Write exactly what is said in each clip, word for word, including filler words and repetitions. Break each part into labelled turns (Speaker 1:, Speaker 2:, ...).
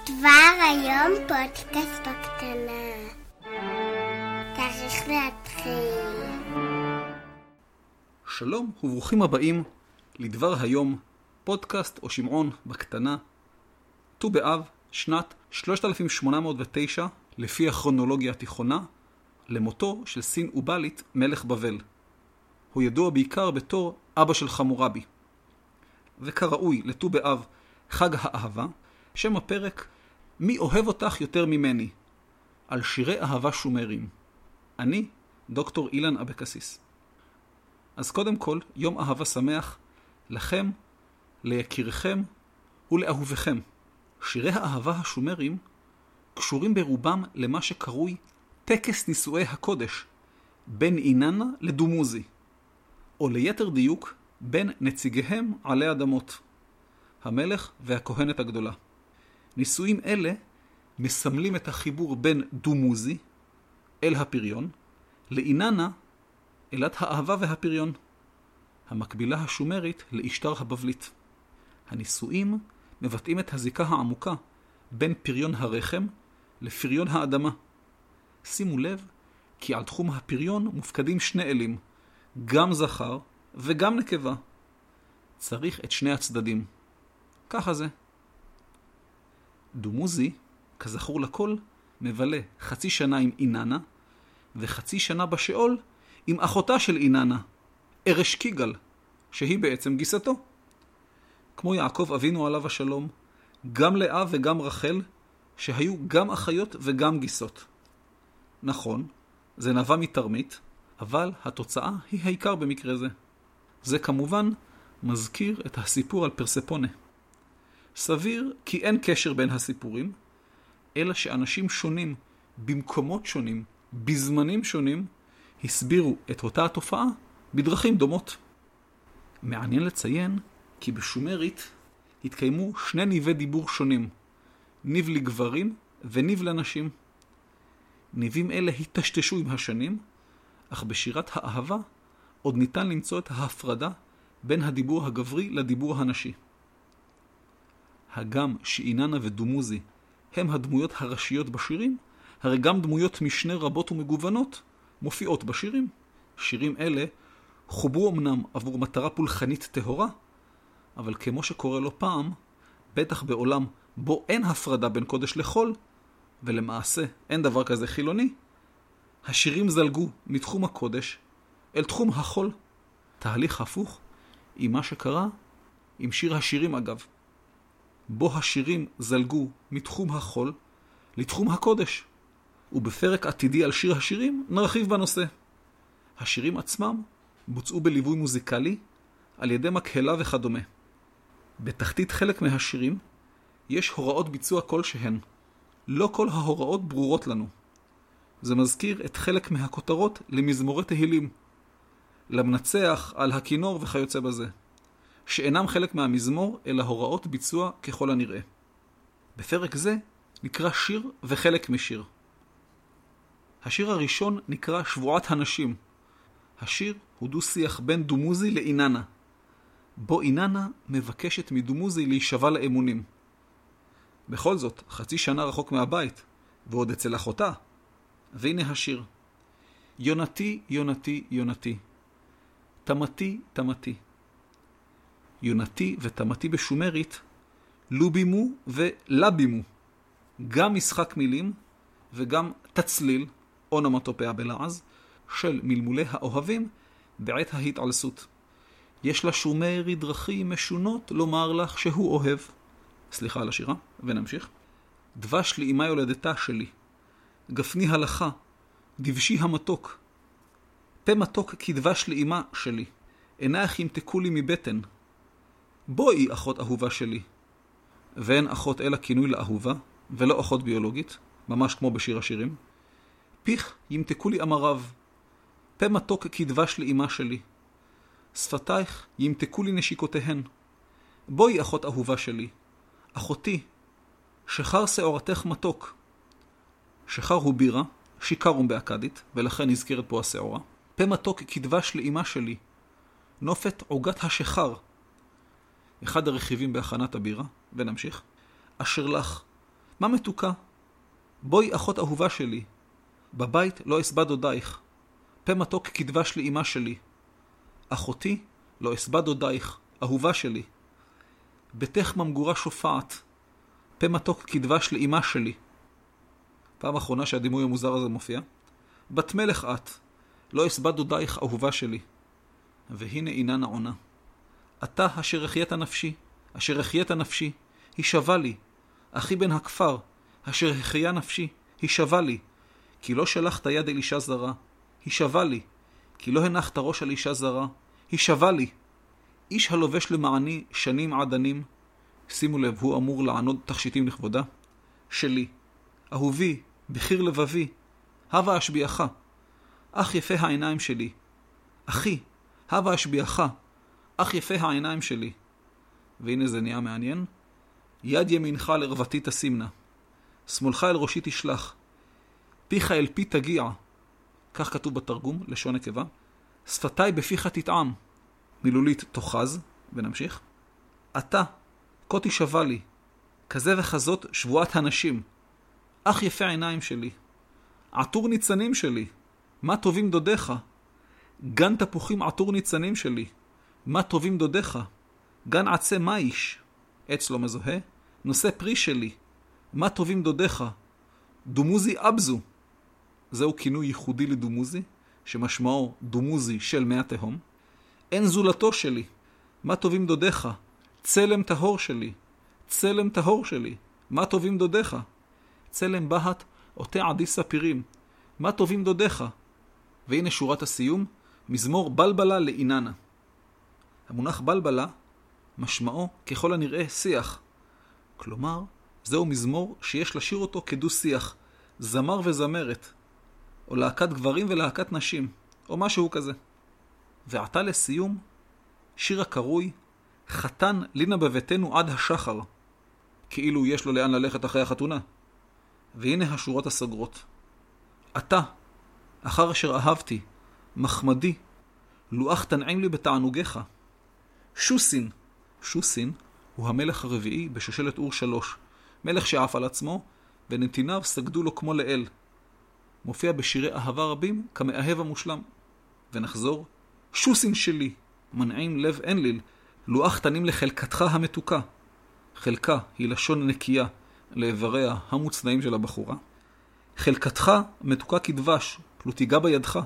Speaker 1: דבר היום פודקאסט בקטנה. צריך להתחיל.
Speaker 2: שלום וברוכים הבאים לדבר היום, פודקאסט או שמעון בקטנה. ט"ו באב, שנת שלושת אלפים שמונה מאות ותשע, לפי הכרונולוגיה התיכונה, למותו של סין ובלית מלך בבל. הוא ידוע בעיקר בתור אבא של חמורבי. וכראוי לט"ו באב, חג האהבה, שם הפרק מי אוהב אותך יותר ממני, על שירי אהבה שומרים. אני דוקטור אילן אבקסיס. אז קודם כל, יום אהבה שמח לכם, ליקירכם ולאהוביכם. שירי האהבה השומרים קשורים ברובם למה שקרוי טקס נישואי הקודש, בין איננה לדומוזי, או ליתר דיוק, בין נציגיהם עלי אדמות, המלך והכהנת הגדולה. נישואים אלה מסמלים את החיבור בין דומוזי אל הפריון, לאיננה אלת האהבה והפריון, המקבילה השומרית לאשתר הבבלית. הנישואים מבטאים את הזיקה העמוקה בין פריון הרחם לפריון האדמה. שימו לב כי על תחום הפריון מופקדים שני אלים, גם זכר וגם נקבה. צריך את שני הצדדים. ככה זה. דומוזי, כזכור לכל, מבלה חצי שנה עם איננה, וחצי שנה בשאול עם אחותה של איננה, ארש קיגל, שהיא בעצם גיסתו. כמו יעקב אבינו עליו השלום, גם לאה וגם רחל, שהיו גם אחיות וגם גיסות. נכון, זה נבע מתרמית, אבל התוצאה היא העיקר במקרה זה. זה כמובן מזכיר את הסיפור על פרספונה. סביר כי אין קשר בין הסיפורים, אלא שאנשים שונים, במקומות שונים, בזמנים שונים, הסבירו את אותה התופעה בדרכים דומות. מעניין לציין כי בשומרית התקיימו שני ניבי דיבור שונים, ניב לגברים וניב לנשים. ניבים אלה התשתשו עם השנים, אך בשירת האהבה עוד ניתן למצוא את ההפרדה בין הדיבור הגברי לדיבור הנשי. הגם שאיננה ודומוזי הם הדמויות הראשיות בשירים, הרי גם דמויות משנה רבות ומגוונות מופיעות בשירים. שירים אלה חוברו אמנם עבור מטרה פולחנית טהורה, אבל כמו שקורה לו פעם, בטח בעולם בו אין הפרדה בין קודש לחול, ולמעשה אין דבר כזה חילוני, השירים זלגו מתחום הקודש אל תחום החול. תהליך הפוך עם מה שקרה עם שיר השירים אגב, בו השירים זלגו מתחום החול לתחום הקודש. ובפרק עתידי על שיר השירים נרחיב בנושא. השירים עצמם בוצעו בליווי מוזיקלי על ידי מקהלה וכדומה. בתחתית חלק מהשירים יש הוראות ביצוע כלשהן. לא כל ההוראות ברורות לנו. זה מזכיר את חלק מהכותרות למזמורי תהילים, למנצח, על הכינור וכיוצא בזה, שאינם חלק מהמזמור אלא הוראות ביצוע ככל הנראה. בפרק זה נקרא שיר וחלק משיר. השיר הראשון נקרא שבועת הנשים. השיר הוא דו שיח בין דומוזי לאיננה, בו איננה מבקשת מדומוזי להישבע לאמונים. בכל זאת, חצי שנה רחוק מהבית, ועוד אצל אחותה. והנה השיר. יונתי, יונתי, יונתי. תמתי, תמתי. יונתי ותמתי בשומרית, לובימו ולבימו. גם משחק מילים וגם תצליל, אונומטופיה בלעז, של מלמולי האוהבים בעת ההתעלסות. יש לשומרי דרכים משונות לומר לך שהוא אוהב. סליחה על השירה, ונמשיך. דבש לאמא יולדתה שלי, גפני הלכה, דבשי המתוק. פה מתוק כדבש לאמא שלי, עינייך ימתקו לי מבטן. בואי אחות אהובה שלי. ואין אחות אלא כינוי לאהובה, ולא אחות ביולוגית, ממש כמו בשיר השירים. פיך ימתקו לי אמריו, פה מתוק כדבש לאמא שלי. שפתייך ימתקו לי נשיקותיהן. בואי אחות אהובה שלי. אחותי, שחר שעורתך מתוק. שחר הוא בירה, שיקרום באקדית, ולכן נזכרת פה השעורה. פה מתוק כדבש לאמא שלי. נופת עוגת השחר. אחד הרכיבים בהכנת הבירה, ונמשיך. אשר לך, מה מתוקה? בואי אחות אהובה שלי. בבית לא אסבא דודייך. פה מתוק כדבש לאמא שלי. אחותי לא אסבא דודייך, אהובה שלי. ביתך ממגורה שופעת. פה מתוק כדבש לאמא שלי. פעם אחרונה שהדימוי המוזר הזה מופיע. בת מלך את, לא אסבא דודייך, אהובה שלי. והנה איננה עונה. אתה אשר החיית נפשי, אשר החיית נפשי, היא שווה לי. אחי בן הכפר, אשר החיה נפשי, היא שווה לי. כי לא שלחת יד אל אישה זרה, היא שווה לי. כי לא הנחת ראש על אישה זרה, היא שווה לי. איש הלובש למעני שנים עדנים, שימו לב, הוא אמור לענוד תכשיטים לכבודה, שלי, אהובי, בחיר לבבי, הווה אשביעך, אך יפה העיניים שלי. אחי, הווה אשביעך, אך יפה העיניים שלי. והנה זה נהיה מעניין. יד ימינך לרבתי תשימנה, שמאלך אל ראשי תשלח, פיך אל פי תגיע. כך כתוב בתרגום, לשון נקבה. שפתיי בפיך תטעם, מילולית תוחז, ונמשיך. אתה, כה תשבע לי, כזה וכזאת שבועת הנשים, אך יפה העיניים שלי. עטור ניצנים שלי, מה טובים דודיך. גן תפוחים עטור ניצנים שלי, מה טובים דודיך. גן עצי מאיש, עץ לא מזוהה, נושא פרי שלי, מה טובים דודיך. דומוזי אבזו, זהו כינוי ייחודי לדומוזי, שמשמעו דומוזי של מי התהום. אין זולתו שלי, מה טובים דודיך. צלם טהור שלי, צלם טהור שלי, מה טובים דודיך. צלם בהת עוטה עדי ספירים, מה טובים דודיך. והנה שורת הסיום, מזמור בלבלה לאיננה. המונח בלבלה משמעו ככל הנראה שיח. כלומר, זהו מזמור שיש לשיר אותו כדו שיח, זמר וזמרת, או להקת גברים ולהקת נשים, או משהו כזה. ועתה לסיום, שיר הקרוי, חתן לינה בביתנו עד השחר, כאילו יש לו לאן ללכת אחרי החתונה. והנה השורות הסגרות. אתה, אחר אשר אהבתי, מחמדי, לוח תנעים לי בתענוגיך. שוסין, שוסין הוא המלך הרביעי בשושלת אור שלוש, מלך שעף על עצמו, ונתיניו סגדו לו כמו לאל. מופיע בשירי אהבה רבים כמאהב המושלם. ונחזור, שוסין שלי, מנעים לב אין ליל, לוח תנים לחלקתך המתוקה. חלקה היא לשון נקייה לאיבריה המוצנעים של הבחורה. חלקתך מתוקה כדבש, פלוטיגה בידך.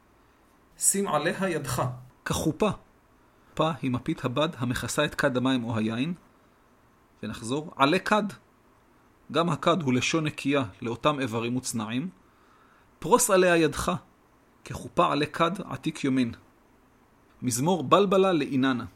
Speaker 2: שים עליה ידך, כחופה. פה היא מפית הבד המכסה את כד המים או היין. ונחזור, עלה כד. גם הכד הוא לשון נקייה לאותם איברים מוצנעים. פרוס עליה ידך, כחופה עלה כד עתיק יומין. מזמור בלבלה לאיננה.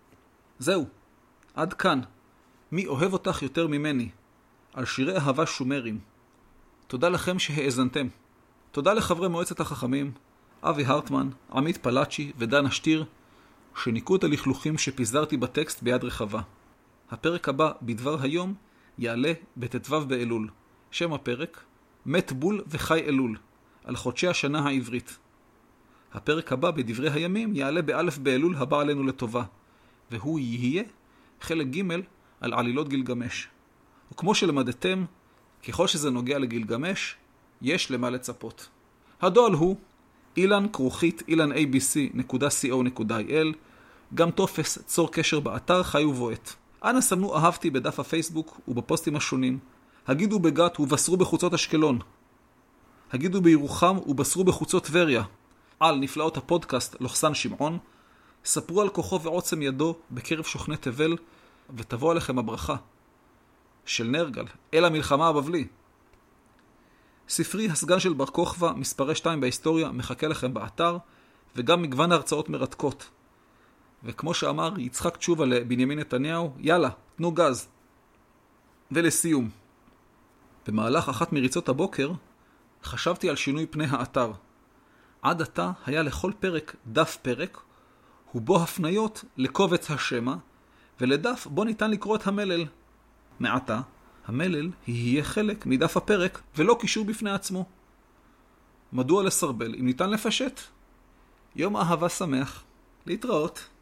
Speaker 2: זהו, עד כאן. מי אוהב אותך יותר ממני? על שירי אהבה שומרים. תודה לכם שהאזנתם. תודה לחברי מועצת החכמים, אבי הרטמן, עמית פלאצ'י ודן אשתיר, שניקו את הלכלוכים שפיזרתי בטקסט ביד רחבה. הפרק הבא בדבר היום יעלה בט"ו באלול. שם הפרק, מת בול וחי אלול, על חודשי השנה העברית. הפרק הבא בדברי הימים יעלה באלף באלול הבא עלינו לטובה, והוא יהיה חלק ג' על עלילות גילגמש. וכמו שלמדתם, ככל שזה נוגע לגילגמש, יש למה לצפות. הדואל הוא אילן כרוכית אילן איי בי סי נקודה סי או נקודה איי אל, גם טופס צור קשר באתר חי ובועט. אנא סמנו אהבתי בדף הפייסבוק ובפוסטים השונים. הגידו בגת ובשרו בחוצות אשקלון. הגידו בירוחם ובשרו בחוצות טבריה. על נפלאות הפודקאסט לוחסן שמעון. ספרו על כוחו ועוצם ידו בקרב שוכני תבל, ותבוא עליכם הברכה. של נרגל, אל המלחמה הבבלי. ספרי הסגן של בר כוכבא, מספרי שתיים בהיסטוריה, מחכה לכם באתר, וגם מגוון הרצאות מרתקות. וכמו שאמר יצחק תשובה לבנימין נתניהו, יאללה, תנו גז. ולסיום, במהלך אחת מריצות הבוקר, חשבתי על שינוי פני האתר. עד עתה היה לכל פרק דף פרק, ובו הפניות לקובץ השמה, ולדף בו ניתן לקרוא את המלל. מעתה, המלל יהיה חלק מדף הפרק, ולא קישור בפני עצמו. מדוע לסרבל אם ניתן לפשט? יום אהבה שמח. להתראות.